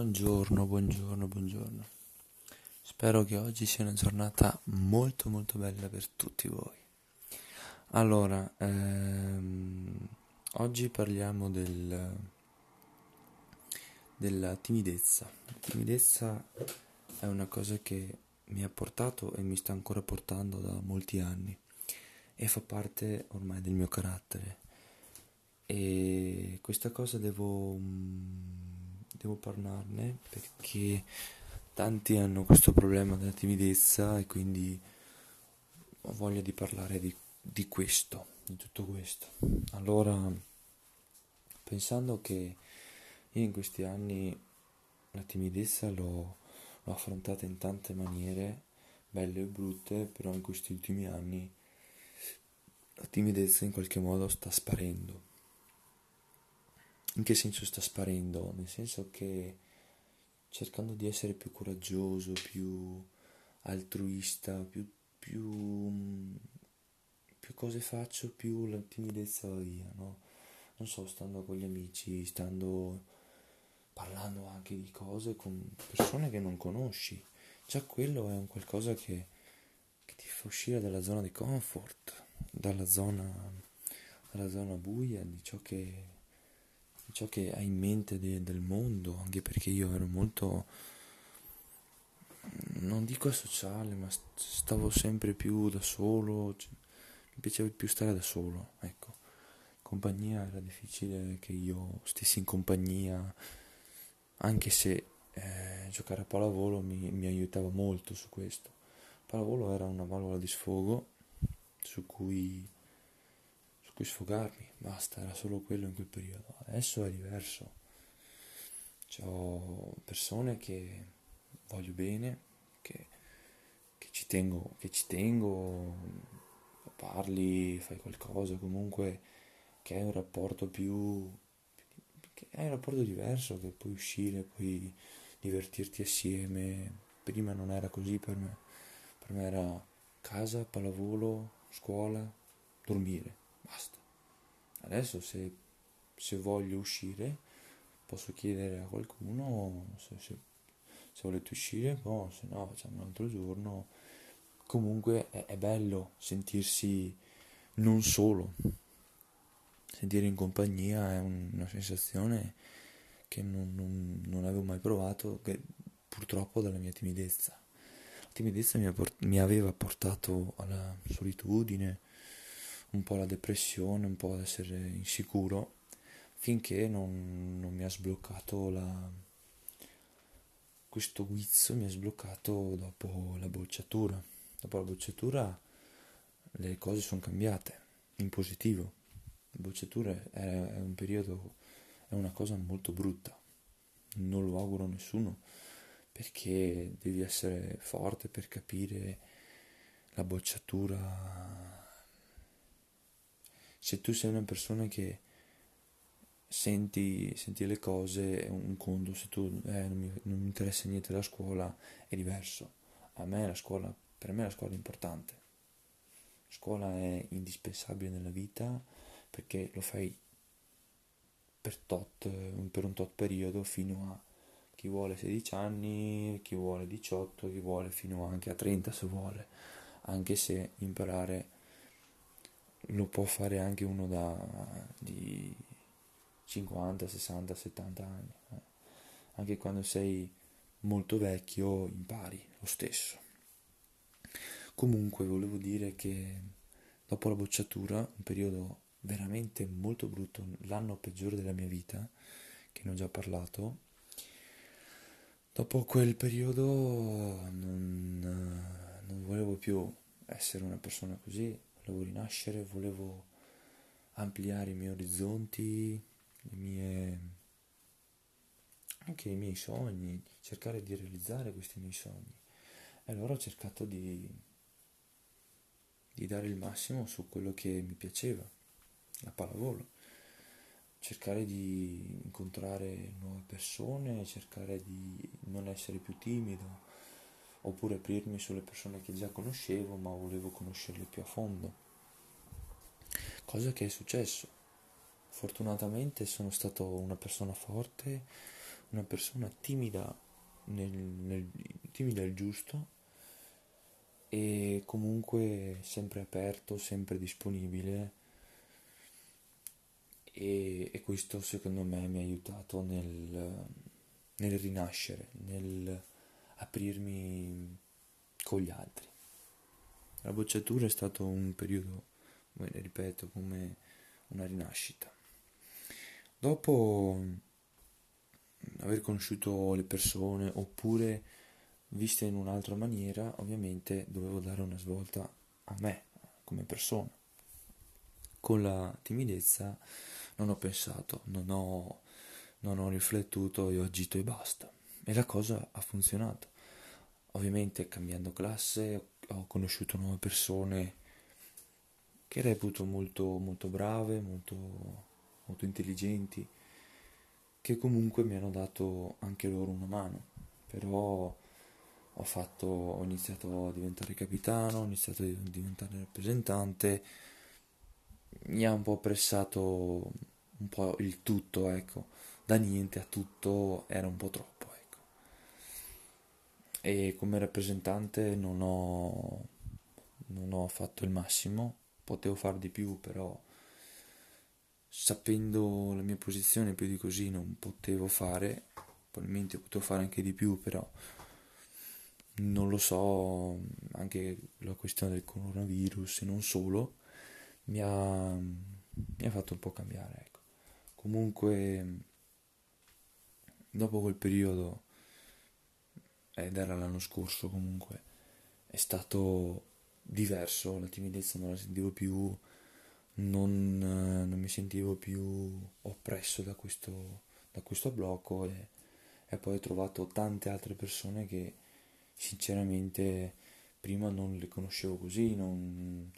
Buongiorno, buongiorno, buongiorno. Spero che oggi sia una giornata molto molto bella per tutti voi. Allora, oggi parliamo della timidezza. La timidezza è una cosa che mi ha portato e mi sta ancora portando da molti anni e fa parte ormai del mio carattere. E questa cosa devo parlarne perché tanti hanno questo problema della timidezza e quindi ho voglia di parlare di questo, di tutto questo. Allora, pensando che io in questi anni la timidezza l'ho affrontata in tante maniere, belle e brutte, però in questi ultimi anni la timidezza in qualche modo sta sparendo. In che senso sta sparendo? Nel senso che cercando di essere più coraggioso, più altruista, più cose faccio, più la timidezza va via, no? Non so, stando con gli amici, stando parlando anche di cose con persone che non conosci. Già quello è un qualcosa che ti fa uscire dalla zona di comfort, dalla zona buia, di ciò che hai in mente del mondo, anche perché io ero molto, non dico asociale, ma stavo sempre più da solo, cioè, mi piaceva più stare da solo, ecco. Compagnia era difficile che io stessi in compagnia, anche se giocare a pallavolo mi aiutava molto su questo. Pallavolo era una valvola di sfogo su cui, su cui sfogarmi, basta, era solo quello in quel periodo. Adesso è diverso. C'ho persone che voglio bene, che, che ci tengo, parli, fai qualcosa, comunque che hai un rapporto che hai un rapporto diverso, che puoi uscire, puoi divertirti assieme. Prima non era così per me era casa, pallavolo, scuola, dormire, basta. Adesso se voglio uscire posso chiedere a qualcuno se volete uscire, boh, se no facciamo un altro giorno. Comunque è bello sentirsi non solo, sentire in compagnia è una sensazione che non avevo mai provato, che purtroppo dalla mia timidezza. La timidezza mi aveva portato alla solitudine, un po' alla depressione, un po' ad essere insicuro, finché non mi ha sbloccato questo guizzo mi ha sbloccato dopo la bocciatura. Dopo la bocciatura le cose sono cambiate in positivo. La bocciatura è un periodo, è una cosa molto brutta. Non lo auguro a nessuno perché devi essere forte per capire la bocciatura. Se tu sei una persona che senti le cose è un conto, se tu non mi interessa niente della scuola è diverso. Per me la scuola è importante. La scuola è indispensabile nella vita perché lo fai per un tot periodo fino a chi vuole 16 anni, chi vuole 18, chi vuole fino anche a 30 se vuole, anche se imparare lo può fare anche uno di 50, 60, 70 anni. Anche quando sei molto vecchio impari lo stesso. Comunque volevo dire che dopo la bocciatura, un periodo veramente molto brutto, l'anno peggiore della mia vita, che ne ho già parlato, dopo quel periodo non volevo più essere una persona così, volevo rinascere, volevo ampliare i miei orizzonti, anche i miei sogni, cercare di realizzare questi miei sogni. E allora ho cercato di dare il massimo su quello che mi piaceva, la pallavolo, cercare di incontrare nuove persone, cercare di non essere più timido, oppure aprirmi sulle persone che già conoscevo, ma volevo conoscerle più a fondo. Cosa che è successo. Fortunatamente sono stato una persona forte, una persona timida, timida il giusto, e comunque sempre aperto, sempre disponibile, e questo secondo me mi ha aiutato nel rinascere, nel aprirmi con gli altri. La bocciatura è stato un periodo, ripeto, come una rinascita. Dopo aver conosciuto le persone, oppure viste in un'altra maniera, ovviamente dovevo dare una svolta a me come persona. Con la timidezza non ho pensato, non ho riflettuto, e ho agito e basta. E la cosa ha funzionato. Ovviamente cambiando classe ho conosciuto nuove persone che reputo molto, molto brave, molto, molto intelligenti, che comunque mi hanno dato anche loro una mano. Però ho iniziato a diventare capitano, ho iniziato a diventare rappresentante, mi ha un po' pressato un po' il tutto, ecco, da niente a tutto era un po' troppo, ecco. E come rappresentante non ho fatto il massimo, potevo far di più, però sapendo la mia posizione più di così non potevo fare, probabilmente potevo fare anche di più, però non lo so, anche la questione del coronavirus e non solo mi ha fatto un po' cambiare, ecco. Comunque, dopo quel periodo, ed era l'anno scorso comunque, è stato diverso, la timidezza non la sentivo più, non mi sentivo più oppresso da questo blocco, e poi ho trovato tante altre persone che sinceramente prima non le conoscevo così, non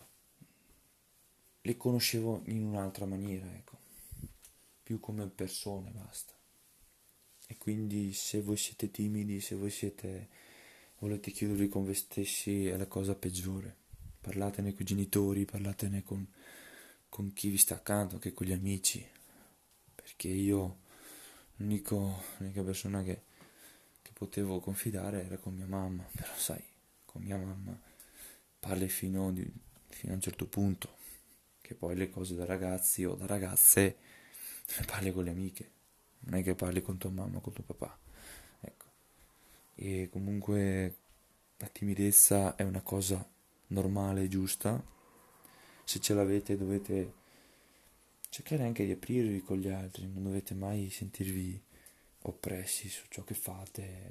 le conoscevo in un'altra maniera, ecco, più come persone, basta. E quindi se voi siete timidi, se voi siete, volete chiudervi con voi stessi, è la cosa peggiore. Parlatene con i genitori, parlatene con chi vi sta accanto, anche con gli amici. Perché io, l'unica persona che potevo confidare era con mia mamma. Però sai, con mia mamma parli fino a un certo punto. Che poi le cose da ragazzi o da ragazze le parli con le amiche. Non è che parli con tua mamma o con tuo papà. Ecco. E comunque la timidezza è una cosa normale e giusta. Se ce l'avete dovete cercare anche di aprirvi con gli altri, non dovete mai sentirvi oppressi su ciò che fate,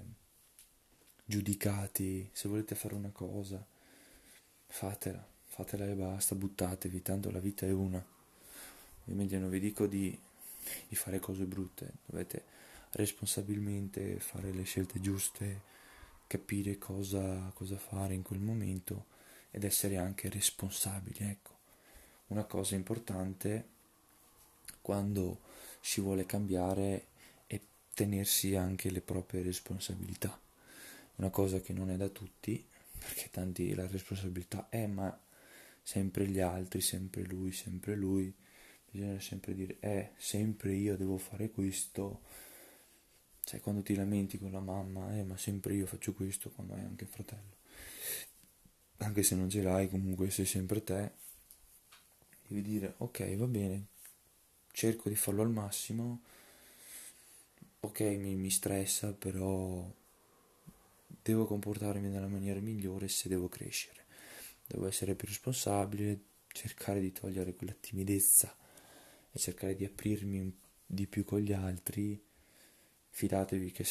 giudicati. Se volete fare una cosa, fatela e basta, buttatevi, tanto la vita è una. Ovviamente non vi dico di fare cose brutte, dovete responsabilmente fare le scelte giuste, capire cosa fare in quel momento ed essere anche responsabili, ecco. Una cosa importante quando si vuole cambiare è tenersi anche le proprie responsabilità. Una cosa che non è da tutti, perché tanti la responsabilità è, ma sempre gli altri, sempre lui. Bisogna sempre dire, sempre io devo fare questo. Sai, quando ti lamenti con la mamma, ma sempre io faccio questo, quando hai anche il fratello. Anche se non ce l'hai, comunque sei sempre te. Devi dire, ok, va bene, cerco di farlo al massimo. Ok, mi stressa, però devo comportarmi nella maniera migliore se devo crescere. Devo essere più responsabile, cercare di togliere quella timidezza e cercare di aprirmi di più con gli altri. Fidatevi che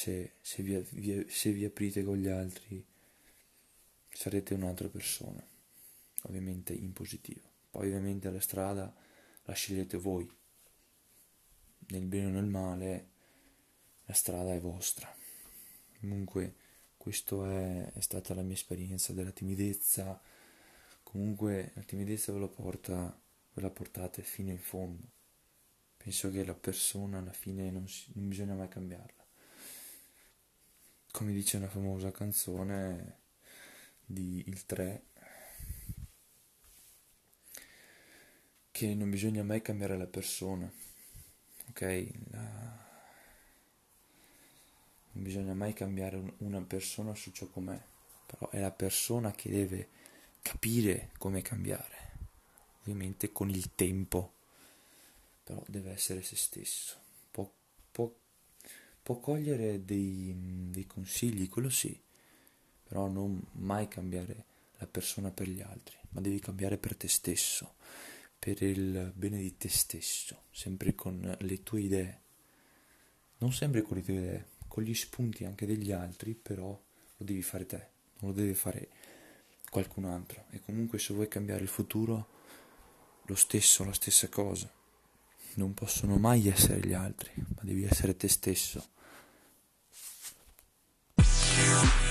se vi aprite con gli altri sarete un'altra persona, ovviamente in positivo. Poi ovviamente la strada la scegliete voi, nel bene o nel male la strada è vostra. Comunque è stata la mia esperienza della timidezza. Comunque la timidezza ve la portate fino in fondo. Penso che la persona alla fine non bisogna mai cambiarla. Come dice una famosa canzone di Il 3, che non bisogna mai cambiare la persona, ok? non bisogna mai cambiare una persona su ciò com'è, però è la persona che deve capire come cambiare, ovviamente con il tempo, però deve essere se stesso. Può, può- può cogliere dei consigli, quello sì, però non mai cambiare la persona per gli altri, ma devi cambiare per te stesso, per il bene di te stesso, sempre con le tue idee, non sempre con le tue idee, con gli spunti anche degli altri, però lo devi fare te, non lo deve fare qualcun altro. E comunque se vuoi cambiare il futuro, lo stesso, la stessa cosa. Non possono mai essere gli altri, ma devi essere te stesso.